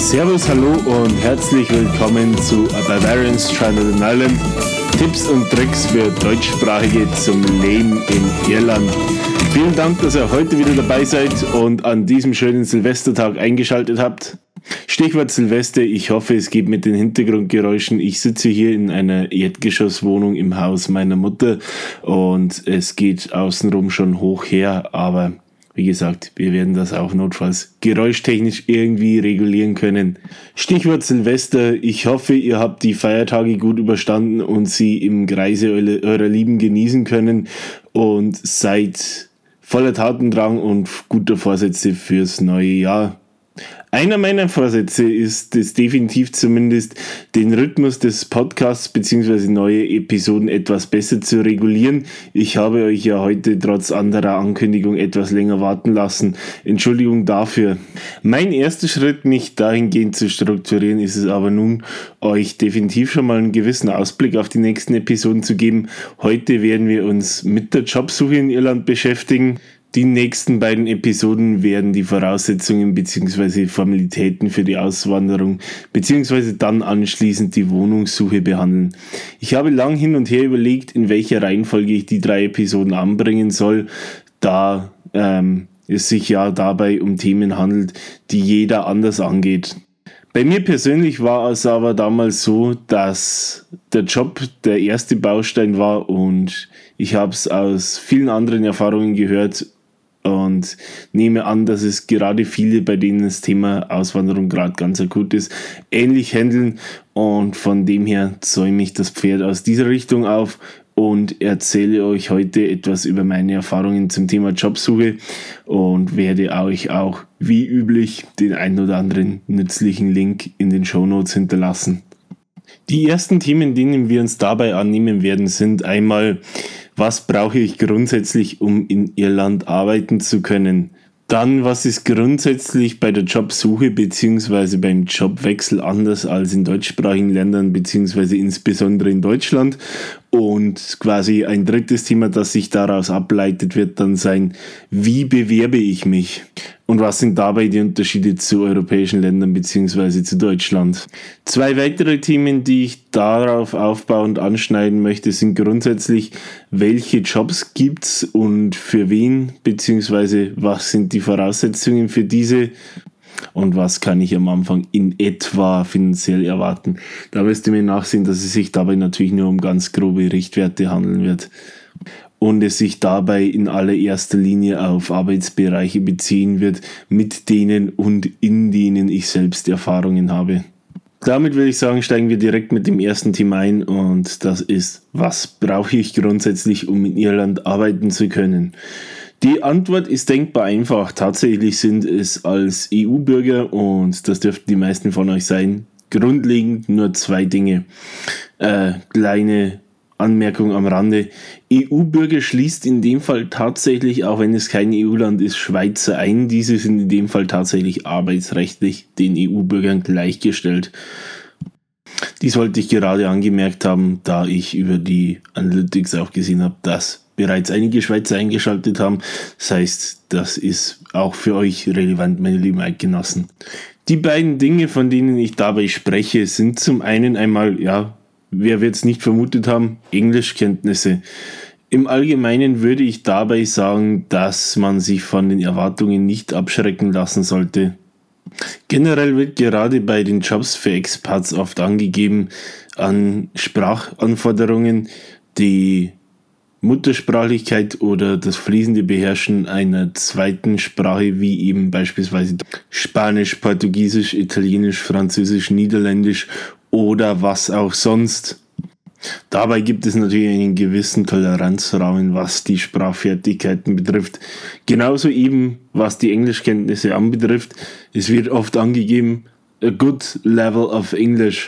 Servus, hallo und herzlich willkommen zu A Bavarian's Stranded in Ireland. Tipps und Tricks für Deutschsprachige zum Leben in Irland. Vielen Dank, dass ihr heute wieder dabei seid und an diesem schönen Silvestertag eingeschaltet habt. Stichwort Silvester, ich hoffe, es geht mit den Hintergrundgeräuschen. Ich sitze hier in einer Erdgeschosswohnung im Haus meiner Mutter und es geht außenrum schon hoch her, aber wie gesagt, wir werden das auch notfalls geräuschtechnisch irgendwie regulieren können. Stichwort Silvester. Ich hoffe, ihr habt die Feiertage gut überstanden und sie im Kreise eurer Lieben genießen können und seid voller Tatendrang und guter Vorsätze fürs neue Jahr. Einer meiner Vorsätze ist es definitiv zumindest, den Rhythmus des Podcasts bzw. neue Episoden etwas besser zu regulieren. Ich habe euch ja heute trotz anderer Ankündigung etwas länger warten lassen. Entschuldigung dafür. Mein erster Schritt, mich dahingehend zu strukturieren, ist es aber nun, euch definitiv schon mal einen gewissen Ausblick auf die nächsten Episoden zu geben. Heute werden wir uns mit der Jobsuche in Irland beschäftigen. Die nächsten beiden Episoden werden die Voraussetzungen bzw. Formalitäten für die Auswanderung bzw. dann anschließend die Wohnungssuche behandeln. Ich habe lang hin und her überlegt, in welcher Reihenfolge ich die 3 Episoden anbringen soll, da es sich ja dabei um Themen handelt, die jeder anders angeht. Bei mir persönlich war es aber damals so, dass der Job der erste Baustein war und ich habe es aus vielen anderen Erfahrungen gehört und nehme an, dass es gerade viele, bei denen das Thema Auswanderung gerade ganz akut ist, ähnlich handeln und von dem her zäume ich das Pferd aus dieser Richtung auf und erzähle euch heute etwas über meine Erfahrungen zum Thema Jobsuche und werde euch auch wie üblich den ein oder anderen nützlichen Link in den Shownotes hinterlassen. Die ersten Themen, denen wir uns dabei annehmen werden, sind einmal: Was brauche ich grundsätzlich, um in Irland arbeiten zu können? Dann, was ist grundsätzlich bei der Jobsuche bzw. beim Jobwechsel anders als in deutschsprachigen Ländern bzw. insbesondere in Deutschland? Und quasi ein drittes Thema, das sich daraus ableitet, wird dann sein: Wie bewerbe ich mich? Und was sind dabei die Unterschiede zu europäischen Ländern bzw. zu Deutschland? 2 weitere Themen, die ich darauf aufbauend anschneiden möchte, sind grundsätzlich: Welche Jobs gibt's und für wen, bzw. was sind die Voraussetzungen für diese? Und was kann ich am Anfang in etwa finanziell erwarten? Da müsst ihr mir nachsehen, dass es sich dabei natürlich nur um ganz grobe Richtwerte handeln wird und es sich dabei in allererster Linie auf Arbeitsbereiche beziehen wird, mit denen und in denen ich selbst Erfahrungen habe. Damit würde ich sagen, steigen wir direkt mit dem ersten Thema ein und das ist: Was brauche ich grundsätzlich, um in Irland arbeiten zu können? Die Antwort ist denkbar einfach. Tatsächlich sind es als EU-Bürger, und das dürften die meisten von euch sein, grundlegend nur 2 Dinge. Kleine Anmerkung am Rande: EU-Bürger schließt in dem Fall tatsächlich, auch wenn es kein EU-Land ist, Schweizer ein. Diese sind in dem Fall tatsächlich arbeitsrechtlich den EU-Bürgern gleichgestellt. Dies wollte ich gerade angemerkt haben, da ich über die Analytics auch gesehen habe, dass bereits einige Schweizer eingeschaltet haben. Das heißt, das ist auch für euch relevant, meine lieben Eidgenossen. Die beiden Dinge, von denen ich dabei spreche, sind zum einen einmal, wer wird es nicht vermutet haben, Englischkenntnisse. Im Allgemeinen würde ich dabei sagen, dass man sich von den Erwartungen nicht abschrecken lassen sollte. Generell wird gerade bei den Jobs für Expats oft angegeben an Sprachanforderungen die Muttersprachlichkeit oder das fließende Beherrschen einer zweiten Sprache, wie eben beispielsweise Spanisch, Portugiesisch, Italienisch, Französisch, Niederländisch oder was auch sonst. Dabei gibt es natürlich einen gewissen Toleranzrahmen, was die Sprachfertigkeiten betrifft. Genauso eben, was die Englischkenntnisse anbetrifft. Es wird oft angegeben, a good level of English.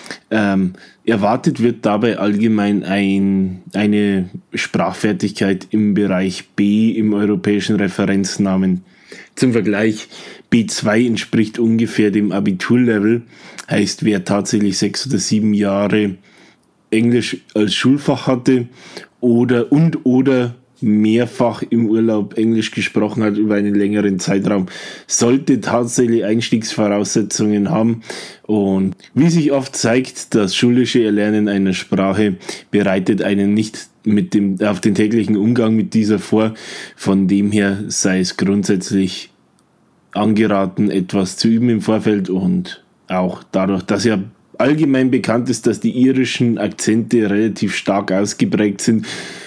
Erwartet wird dabei allgemein eine Sprachfertigkeit im Bereich B im europäischen Referenznamen. Zum Vergleich, B2 entspricht ungefähr dem Abiturlevel, heißt, wer tatsächlich 6 oder 7 Jahre Englisch als Schulfach hatte oder mehrfach im Urlaub Englisch gesprochen hat über einen längeren Zeitraum, sollte tatsächlich Einstiegsvoraussetzungen haben. Und wie sich oft zeigt, das schulische Erlernen einer Sprache bereitet einen nicht auf den täglichen Umgang mit dieser vor. Von dem her sei es grundsätzlich angeraten, etwas zu üben im Vorfeld, und auch dadurch, dass ja allgemein bekannt ist, dass die irischen Akzente relativ stark ausgeprägt sind,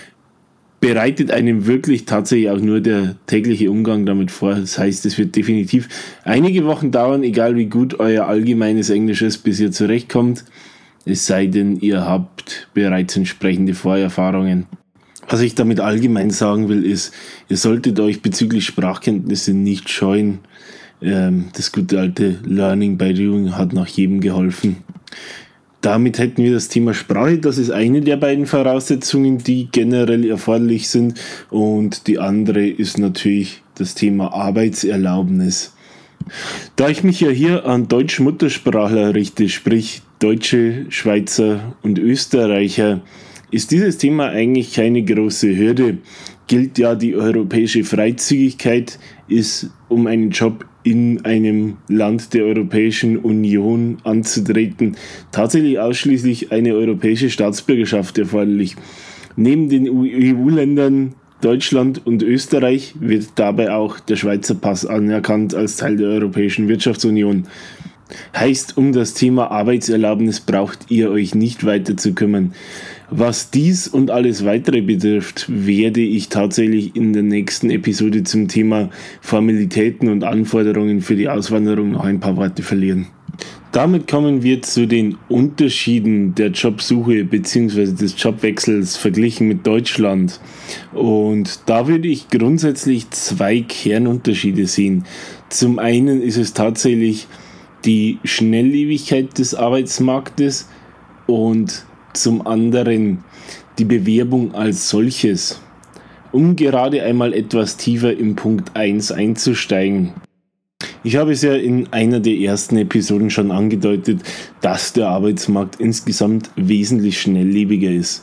bereitet einem wirklich tatsächlich auch nur der tägliche Umgang damit vor. Das heißt, es wird definitiv einige Wochen dauern, egal wie gut euer allgemeines Englisch ist, bis ihr zurechtkommt. Es sei denn, ihr habt bereits entsprechende Vorerfahrungen. Was ich damit allgemein sagen will, ist, ihr solltet euch bezüglich Sprachkenntnisse nicht scheuen. Das gute alte Learning by Doing hat nach jedem geholfen. Damit hätten wir das Thema Sprache. Das ist eine der beiden Voraussetzungen, die generell erforderlich sind. Und die andere ist natürlich das Thema Arbeitserlaubnis. Da ich mich ja hier an Deutsch-Muttersprachler richte, sprich Deutsche, Schweizer und Österreicher, ist dieses Thema eigentlich keine große Hürde. Gilt ja die europäische Freizügigkeit, ist um einen Job in einem Land der Europäischen Union anzutreten, tatsächlich ausschließlich eine europäische Staatsbürgerschaft erforderlich. Neben den EU-Ländern Deutschland und Österreich wird dabei auch der Schweizer Pass anerkannt als Teil der Europäischen Wirtschaftsunion. Heißt, um das Thema Arbeitserlaubnis braucht ihr euch nicht weiter zu kümmern. Was dies und alles weitere betrifft, werde ich tatsächlich in der nächsten Episode zum Thema Formalitäten und Anforderungen für die Auswanderung noch ein paar Worte verlieren. Damit kommen wir zu den Unterschieden der Jobsuche bzw. des Jobwechsels verglichen mit Deutschland. Und da würde ich grundsätzlich zwei Kernunterschiede sehen. Zum einen ist es tatsächlich die Schnelllebigkeit des Arbeitsmarktes und zum anderen die Bewerbung als solches. Um gerade einmal etwas tiefer im Punkt 1 einzusteigen. Ich habe es ja in einer der ersten Episoden schon angedeutet, dass der Arbeitsmarkt insgesamt wesentlich schnelllebiger ist.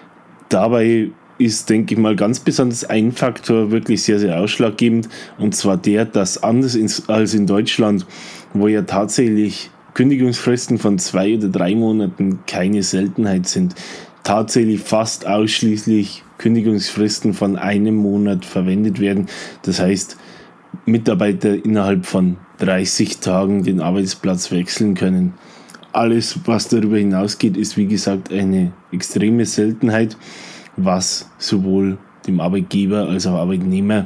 Dabei ist, denke ich mal, ganz besonders ein Faktor wirklich sehr, sehr ausschlaggebend, und zwar der, dass anders als in Deutschland, wo ja tatsächlich Kündigungsfristen von 2 oder 3 Monaten keine Seltenheit sind, tatsächlich fast ausschließlich Kündigungsfristen von 1 Monat verwendet werden. Das heißt, Mitarbeiter innerhalb von 30 Tagen den Arbeitsplatz wechseln können. Alles, was darüber hinausgeht, ist wie gesagt eine extreme Seltenheit, was sowohl dem Arbeitgeber als auch Arbeitnehmer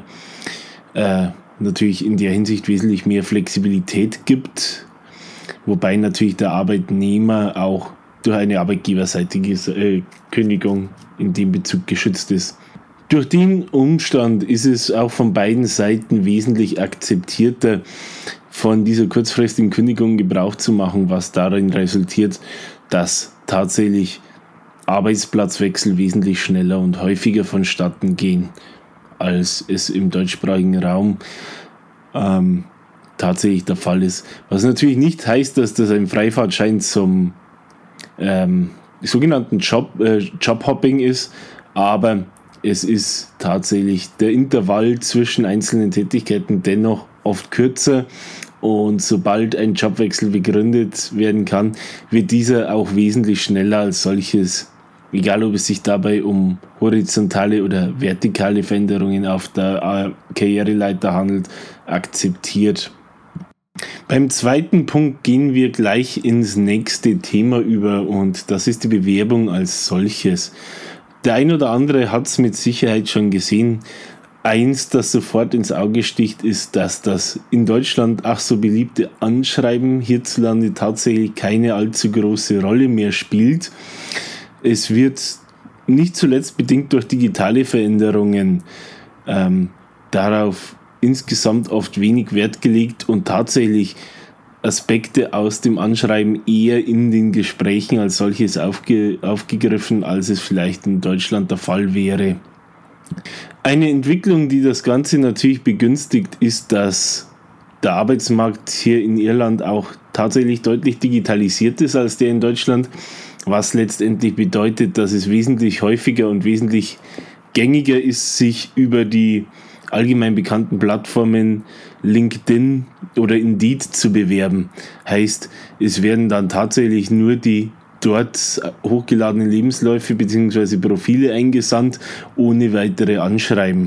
natürlich in der Hinsicht wesentlich mehr Flexibilität gibt, wobei natürlich der Arbeitnehmer auch durch eine arbeitgeberseitige Kündigung in dem Bezug geschützt ist. Durch den Umstand ist es auch von beiden Seiten wesentlich akzeptierter, von dieser kurzfristigen Kündigung Gebrauch zu machen, was darin resultiert, dass tatsächlich Arbeitsplatzwechsel wesentlich schneller und häufiger vonstatten gehen, als es im deutschsprachigen Raum tatsächlich der Fall ist. Was natürlich nicht heißt, dass das ein Freifahrtschein zum sogenannten Jobhopping ist, aber es ist tatsächlich der Intervall zwischen einzelnen Tätigkeiten dennoch oft kürzer, und sobald ein Jobwechsel begründet werden kann, wird dieser auch wesentlich schneller als solches, egal ob es sich dabei um horizontale oder vertikale Veränderungen auf der Karriereleiter handelt, akzeptiert. Beim zweiten Punkt gehen wir gleich ins nächste Thema über, und das ist die Bewerbung als solches. Der ein oder andere hat es mit Sicherheit schon gesehen. Eins, das sofort ins Auge sticht, ist, dass das in Deutschland ach so beliebte Anschreiben hierzulande tatsächlich keine allzu große Rolle mehr spielt. Es wird nicht zuletzt bedingt durch digitale Veränderungen darauf insgesamt oft wenig Wert gelegt und tatsächlich Aspekte aus dem Anschreiben eher in den Gesprächen als solches aufgegriffen, als es vielleicht in Deutschland der Fall wäre. Eine Entwicklung, die das Ganze natürlich begünstigt, ist, dass der Arbeitsmarkt hier in Irland auch tatsächlich deutlich digitalisiert ist als der in Deutschland, was letztendlich bedeutet, dass es wesentlich häufiger und wesentlich gängiger ist, sich über die allgemein bekannten Plattformen LinkedIn oder Indeed zu bewerben. Heißt, es werden dann tatsächlich nur die dort hochgeladenen Lebensläufe bzw. Profile eingesandt, ohne weitere Anschreiben.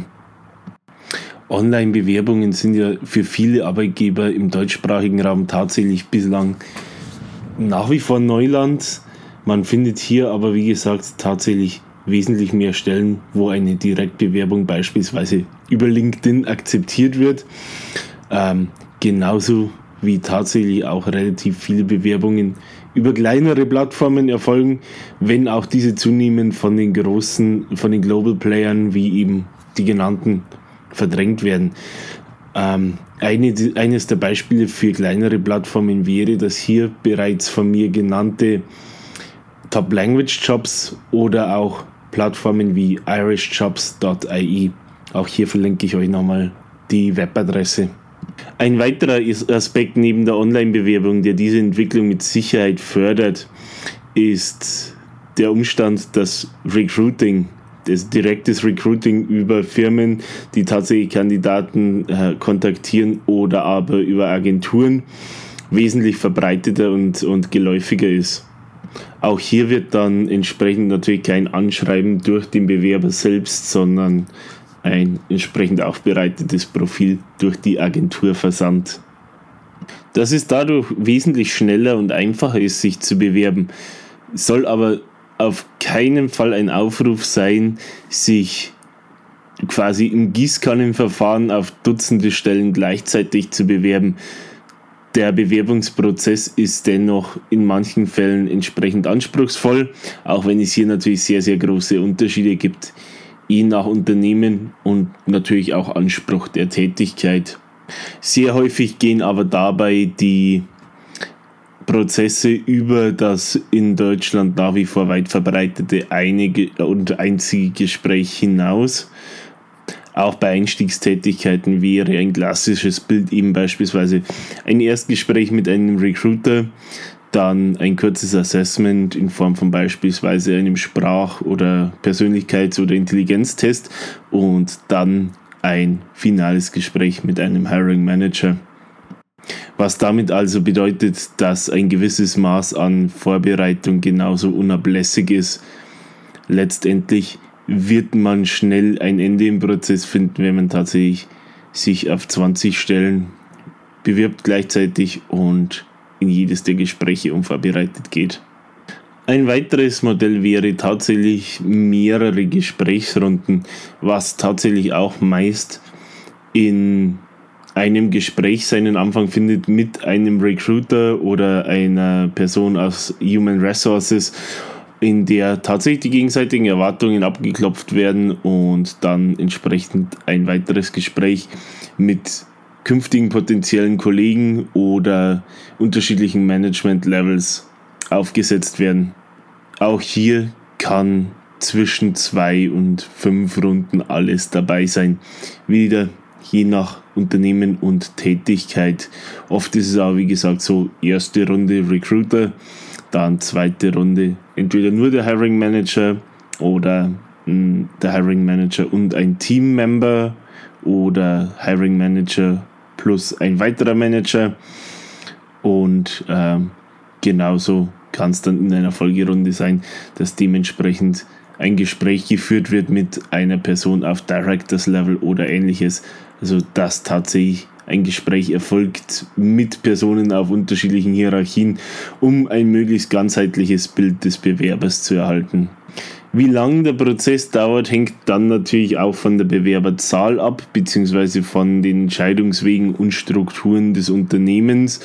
Online-Bewerbungen sind ja für viele Arbeitgeber im deutschsprachigen Raum tatsächlich bislang nach wie vor Neuland. Man findet hier aber, wie gesagt, tatsächlich wesentlich mehr Stellen, wo eine Direktbewerbung beispielsweise über LinkedIn akzeptiert wird. Genauso wie tatsächlich auch relativ viele Bewerbungen über kleinere Plattformen erfolgen, wenn auch diese zunehmend von den Global Playern wie eben die genannten verdrängt werden. Eines der Beispiele für kleinere Plattformen wäre das hier bereits von mir genannte Top Language Jobs oder auch Plattformen wie irishjobs.ie. Auch hier verlinke ich euch nochmal die Webadresse. Ein weiterer Aspekt neben der Online-Bewerbung, der diese Entwicklung mit Sicherheit fördert, ist der Umstand, dass Recruiting, das direktes Recruiting über Firmen, die tatsächlich Kandidaten kontaktieren oder aber über Agenturen, wesentlich verbreiteter und geläufiger ist. Auch hier wird dann entsprechend natürlich kein Anschreiben durch den Bewerber selbst, sondern ein entsprechend aufbereitetes Profil durch die Agentur versandt. Dass es dadurch wesentlich schneller und einfacher ist, sich zu bewerben, soll aber auf keinen Fall ein Aufruf sein, sich quasi im Gießkannenverfahren auf Dutzende Stellen gleichzeitig zu bewerben. Der Bewerbungsprozess ist dennoch in manchen Fällen entsprechend anspruchsvoll, auch wenn es hier natürlich sehr, sehr große Unterschiede gibt, je nach Unternehmen und natürlich auch Anspruch der Tätigkeit. Sehr häufig gehen aber dabei die Prozesse über das in Deutschland nach wie vor weit verbreitete einzige Gespräch hinaus. Auch bei Einstiegstätigkeiten wäre ein klassisches Bild eben beispielsweise ein Erstgespräch mit einem Recruiter, dann ein kurzes Assessment in Form von beispielsweise einem Sprach- oder Persönlichkeits- oder Intelligenztest und dann ein finales Gespräch mit einem Hiring Manager. Was damit also bedeutet, dass ein gewisses Maß an Vorbereitung genauso unablässig ist. Letztendlich wird man schnell ein Ende im Prozess finden, wenn man tatsächlich sich auf 20 Stellen bewirbt gleichzeitig und in jedes der Gespräche unvorbereitet geht. Ein weiteres Modell wäre tatsächlich mehrere Gesprächsrunden, was tatsächlich auch meist in einem Gespräch seinen Anfang findet mit einem Recruiter oder einer Person aus Human Resources, in der tatsächlich die gegenseitigen Erwartungen abgeklopft werden und dann entsprechend ein weiteres Gespräch mit künftigen potenziellen Kollegen oder unterschiedlichen Management-Levels aufgesetzt werden. Auch hier kann zwischen 2 und 5 Runden alles dabei sein. Wieder je nach Unternehmen und Tätigkeit. Oft ist es aber, wie gesagt, so erste Runde Recruiter, dann zweite Runde entweder nur der Hiring Manager oder der Hiring Manager und ein Teammember oder Hiring Manager plus ein weiterer Manager und genauso kann es dann in einer Folgerunde sein, dass dementsprechend ein Gespräch geführt wird mit einer Person auf Directors Level oder ähnliches, also dass tatsächlich ein Gespräch erfolgt mit Personen auf unterschiedlichen Hierarchien, um ein möglichst ganzheitliches Bild des Bewerbers zu erhalten. Wie lang der Prozess dauert, hängt dann natürlich auch von der Bewerberzahl ab, beziehungsweise von den Entscheidungswegen und Strukturen des Unternehmens.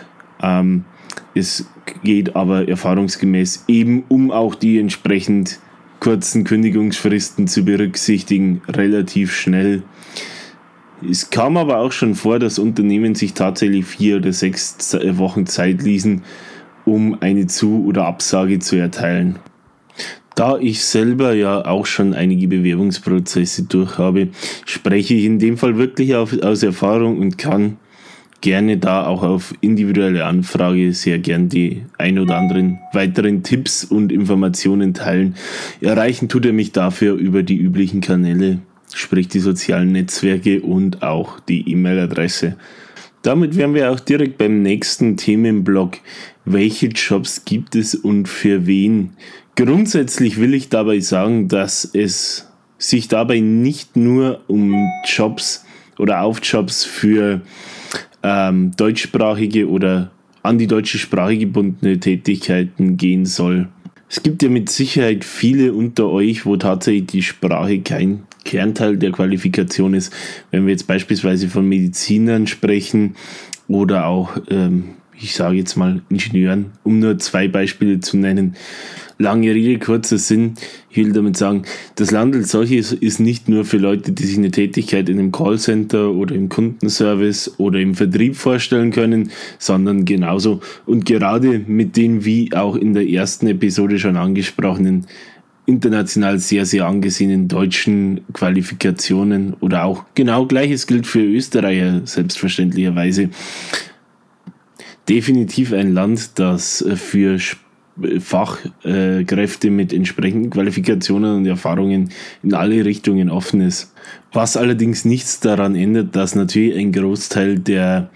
Es geht aber erfahrungsgemäß eben, um auch die entsprechend kurzen Kündigungsfristen zu berücksichtigen, relativ schnell. Es kam aber auch schon vor, dass Unternehmen sich tatsächlich 4 oder 6 Wochen Zeit ließen, um eine Zu- oder Absage zu erteilen. Da ich selber ja auch schon einige Bewerbungsprozesse durch habe, spreche ich in dem Fall wirklich aus Erfahrung und kann gerne da auch auf individuelle Anfrage sehr gern die ein oder anderen weiteren Tipps und Informationen teilen. Erreichen tut er mich dafür über die üblichen Kanäle, sprich die sozialen Netzwerke und auch die E-Mail-Adresse. Damit wären wir auch direkt beim nächsten Themenblock. Welche Jobs gibt es und für wen? Grundsätzlich will ich dabei sagen, dass es sich dabei nicht nur um Jobs oder auf Jobs für deutschsprachige oder an die deutsche Sprache gebundene Tätigkeiten gehen soll. Es gibt ja mit Sicherheit viele unter euch, wo tatsächlich die Sprache kein Kernteil der Qualifikation ist. Wenn wir jetzt beispielsweise von Medizinern sprechen oder auch, ich sage jetzt mal Ingenieuren, um nur 2 Beispiele zu nennen. Lange Rede, kurzer Sinn. Ich will damit sagen, das Land als solches ist nicht nur für Leute, die sich eine Tätigkeit in einem Callcenter oder im Kundenservice oder im Vertrieb vorstellen können, sondern genauso und gerade mit den, wie auch in der ersten Episode schon angesprochenen, international sehr, sehr angesehenen deutschen Qualifikationen oder auch genau Gleiches gilt für Österreicher selbstverständlicherweise. Definitiv ein Land, das für Fachkräfte mit entsprechenden Qualifikationen und Erfahrungen in alle Richtungen offen ist. Was allerdings nichts daran ändert, dass natürlich ein Großteil der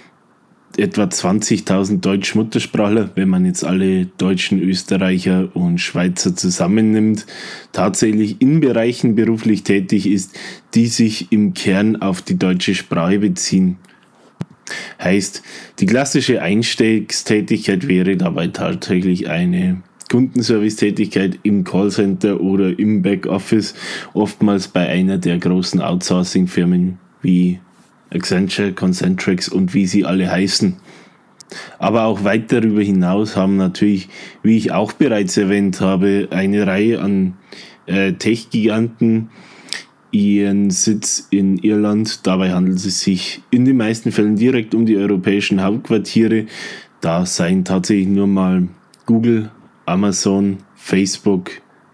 etwa 20.000 Deutsch-Muttersprachler, wenn man jetzt alle Deutschen, Österreicher und Schweizer zusammennimmt, tatsächlich in Bereichen beruflich tätig ist, die sich im Kern auf die deutsche Sprache beziehen. Heißt, die klassische Einstiegstätigkeit wäre dabei tatsächlich eine Kundenservice-Tätigkeit im Callcenter oder im Backoffice, oftmals bei einer der großen Outsourcing-Firmen wie Accenture, Concentrix und wie sie alle heißen. Aber auch weit darüber hinaus haben natürlich, wie ich auch bereits erwähnt habe, eine Reihe an Tech-Giganten ihren Sitz in Irland. Dabei handelt es sich in den meisten Fällen direkt um die europäischen Hauptquartiere. Da seien tatsächlich nur mal Google, Amazon, Facebook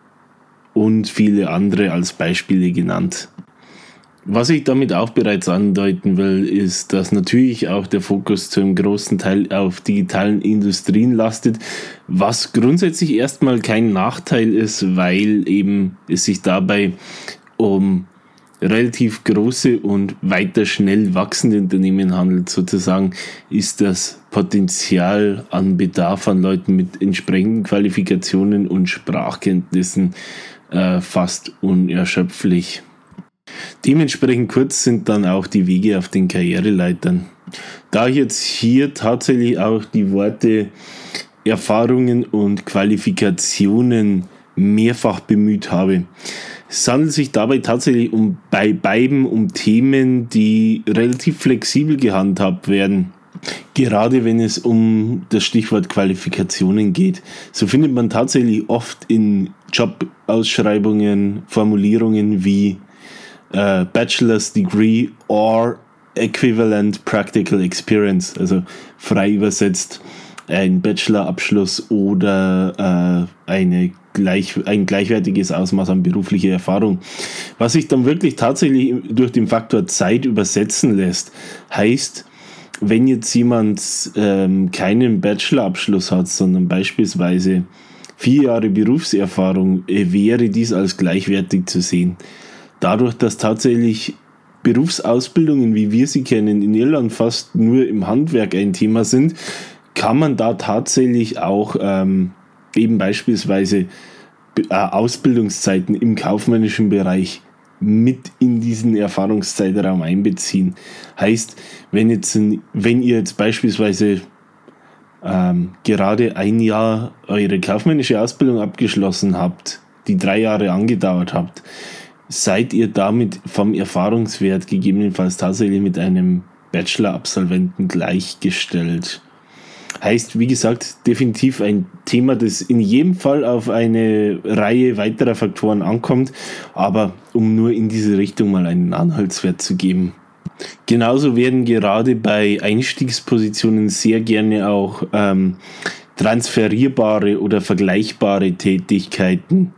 und viele andere als Beispiele genannt. Was ich damit auch bereits andeuten will, ist, dass natürlich auch der Fokus zu einem großen Teil auf digitalen Industrien lastet, was grundsätzlich erstmal kein Nachteil ist, weil eben es sich dabei um relativ große und weiter schnell wachsende Unternehmen handelt. Sozusagen ist das Potenzial an Bedarf an Leuten mit entsprechenden Qualifikationen und Sprachkenntnissen fast unerschöpflich. Dementsprechend kurz sind dann auch die Wege auf den Karriereleitern. Da ich jetzt hier tatsächlich auch die Worte Erfahrungen und Qualifikationen mehrfach bemüht habe, es handelt sich dabei tatsächlich bei beiden um Themen, die relativ flexibel gehandhabt werden. Gerade wenn es um das Stichwort Qualifikationen geht. So findet man tatsächlich oft in Jobausschreibungen Formulierungen wie Bachelor's Degree or Equivalent Practical Experience, also frei übersetzt ein Bachelorabschluss oder ein gleichwertiges Ausmaß an beruflicher Erfahrung. Was sich dann wirklich tatsächlich durch den Faktor Zeit übersetzen lässt, heißt, wenn jetzt jemand keinen Bachelorabschluss hat, sondern beispielsweise 4 Jahre Berufserfahrung, wäre dies als gleichwertig zu sehen. Dadurch, dass tatsächlich Berufsausbildungen, wie wir sie kennen, in Irland fast nur im Handwerk ein Thema sind, kann man da tatsächlich auch eben beispielsweise Ausbildungszeiten im kaufmännischen Bereich mit in diesen Erfahrungszeitraum einbeziehen. Heißt, wenn ihr jetzt beispielsweise gerade 1 Jahr eure kaufmännische Ausbildung abgeschlossen habt, die 3 Jahre angedauert habt, seid ihr damit vom Erfahrungswert gegebenenfalls tatsächlich mit einem Bachelor-Absolventen gleichgestellt. Heißt, wie gesagt, definitiv ein Thema, das in jedem Fall auf eine Reihe weiterer Faktoren ankommt, aber um nur in diese Richtung mal einen Anhaltswert zu geben. Genauso werden gerade bei Einstiegspositionen sehr gerne auch transferierbare oder vergleichbare Tätigkeiten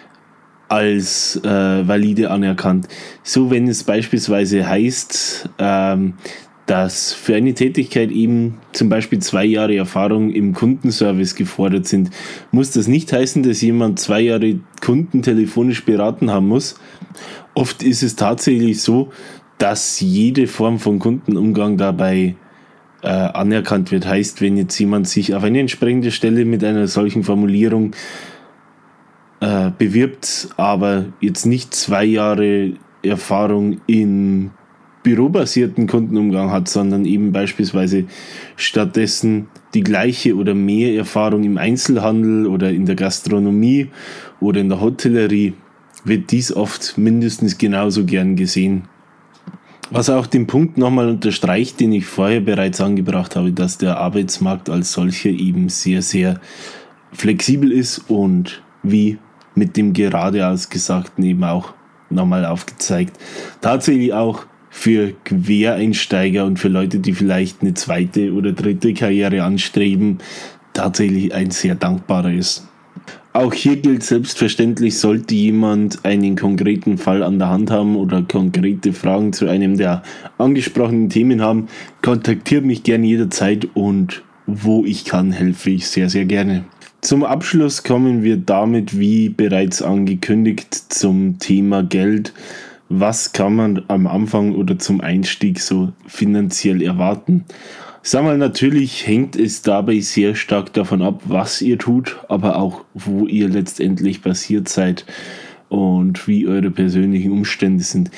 als valide anerkannt. So, wenn es beispielsweise heißt, dass für eine Tätigkeit eben zum Beispiel 2 Jahre Erfahrung im Kundenservice gefordert sind, muss das nicht heißen, dass jemand 2 Jahre Kunden telefonisch beraten haben muss. Oft ist es tatsächlich so, dass jede Form von Kundenumgang dabei anerkannt wird. Heißt, wenn jetzt jemand sich auf eine entsprechende Stelle mit einer solchen Formulierung bewirbt, aber jetzt nicht 2 Jahre Erfahrung im bürobasierten Kundenumgang hat, sondern eben beispielsweise stattdessen die gleiche oder mehr Erfahrung im Einzelhandel oder in der Gastronomie oder in der Hotellerie, wird dies oft mindestens genauso gern gesehen. Was auch den Punkt nochmal unterstreicht, den ich vorher bereits angebracht habe, dass der Arbeitsmarkt als solcher eben sehr, sehr flexibel ist und wie mit dem geradeaus Gesagten eben auch nochmal aufgezeigt, tatsächlich auch für Quereinsteiger und für Leute, die vielleicht eine 2. oder 3. Karriere anstreben, tatsächlich ein sehr dankbarer ist. Auch hier gilt selbstverständlich, sollte jemand einen konkreten Fall an der Hand haben oder konkrete Fragen zu einem der angesprochenen Themen haben, kontaktiert mich gerne jederzeit und wo ich kann, helfe ich sehr, sehr gerne. Zum Abschluss kommen wir damit, wie bereits angekündigt, zum Thema Geld. Was kann man am Anfang oder zum Einstieg so finanziell erwarten? Sag mal, natürlich hängt es dabei sehr stark davon ab, was ihr tut, aber auch, wo ihr letztendlich basiert seid und wie eure persönlichen Umstände sind.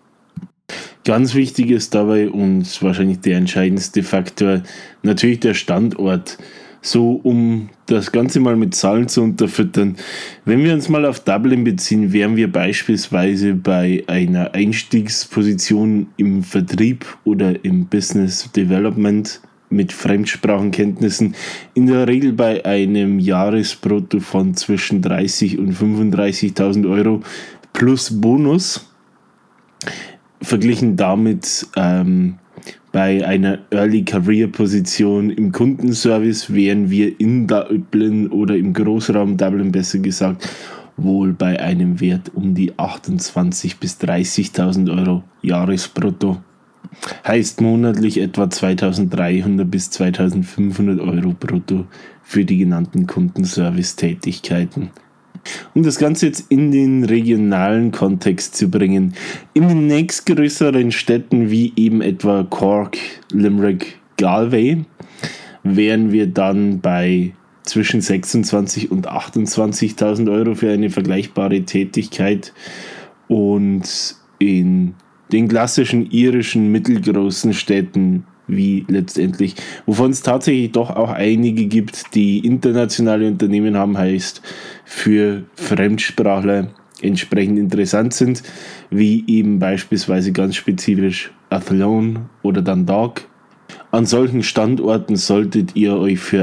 Ganz wichtig ist dabei und wahrscheinlich der entscheidendste Faktor natürlich der Standort. So, um das Ganze mal mit Zahlen zu unterfüttern. Wenn wir uns mal auf Dublin beziehen, wären wir beispielsweise bei einer Einstiegsposition im Vertrieb oder im Business Development mit Fremdsprachenkenntnissen in der Regel bei einem Jahresbrutto von zwischen 30.000 und 35.000 Euro plus Bonus. Verglichen damit bei einer Early Career Position im Kundenservice wären wir in Dublin oder im Großraum Dublin besser gesagt wohl bei einem Wert um die 28.000 bis 30.000 Euro Jahresbrutto. Heißt monatlich etwa 2.300 bis 2.500 Euro brutto für die genannten Kundenservice-Tätigkeiten. Um das Ganze jetzt in den regionalen Kontext zu bringen, in den nächstgrößeren Städten wie eben etwa Cork, Limerick, Galway, wären wir dann bei zwischen 26.000 und 28.000 Euro für eine vergleichbare Tätigkeit und in den klassischen irischen mittelgroßen Städten wie letztendlich, wovon es tatsächlich doch auch einige gibt, die internationale Unternehmen haben, heißt für Fremdsprachler entsprechend interessant sind, wie eben beispielsweise ganz spezifisch Athlone oder Dundalk. An solchen Standorten solltet ihr euch für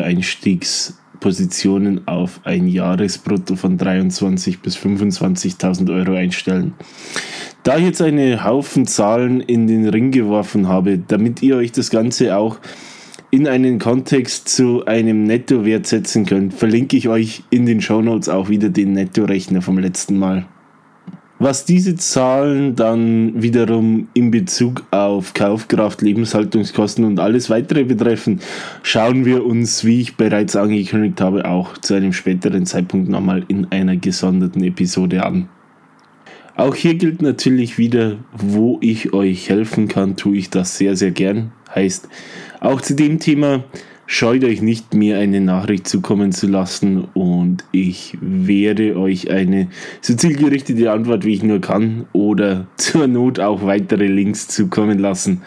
Einstiegspositionen auf ein Jahresbrutto von 23.000 bis 25.000 Euro einstellen. Da ich jetzt einen Haufen Zahlen in den Ring geworfen habe, damit ihr euch das Ganze auch in einen Kontext zu einem Nettowert setzen könnt, verlinke ich euch in den Shownotes auch wieder den Nettorechner vom letzten Mal. Was diese Zahlen dann wiederum in Bezug auf Kaufkraft, Lebenshaltungskosten und alles weitere betreffen, schauen wir uns, wie ich bereits angekündigt habe, auch zu einem späteren Zeitpunkt nochmal in einer gesonderten Episode an. Auch hier gilt natürlich wieder, wo ich euch helfen kann, tue ich das sehr, sehr gern. Heißt, auch zu dem Thema scheut euch nicht, mir eine Nachricht zukommen zu lassen und ich werde euch eine so zielgerichtete Antwort, wie ich nur kann, oder zur Not auch weitere Links zukommen lassen.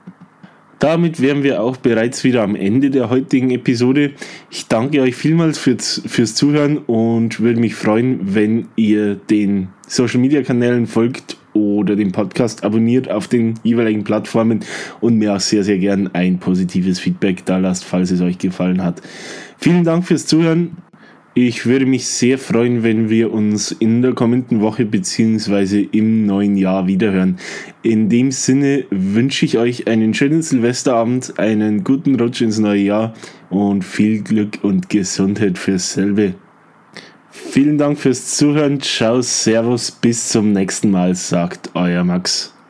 Damit wären wir auch bereits wieder am Ende der heutigen Episode. Ich danke euch vielmals fürs Zuhören und würde mich freuen, wenn ihr den Social Media Kanälen folgt oder den Podcast abonniert auf den jeweiligen Plattformen und mir auch sehr, sehr gern ein positives Feedback da lasst, falls es euch gefallen hat. Vielen Dank fürs Zuhören. Ich würde mich sehr freuen, wenn wir uns in der kommenden Woche bzw. im neuen Jahr wiederhören. In dem Sinne wünsche ich euch einen schönen Silvesterabend, einen guten Rutsch ins neue Jahr und viel Glück und Gesundheit fürs selbe. Vielen Dank fürs Zuhören. Ciao, Servus, bis zum nächsten Mal, sagt euer Max.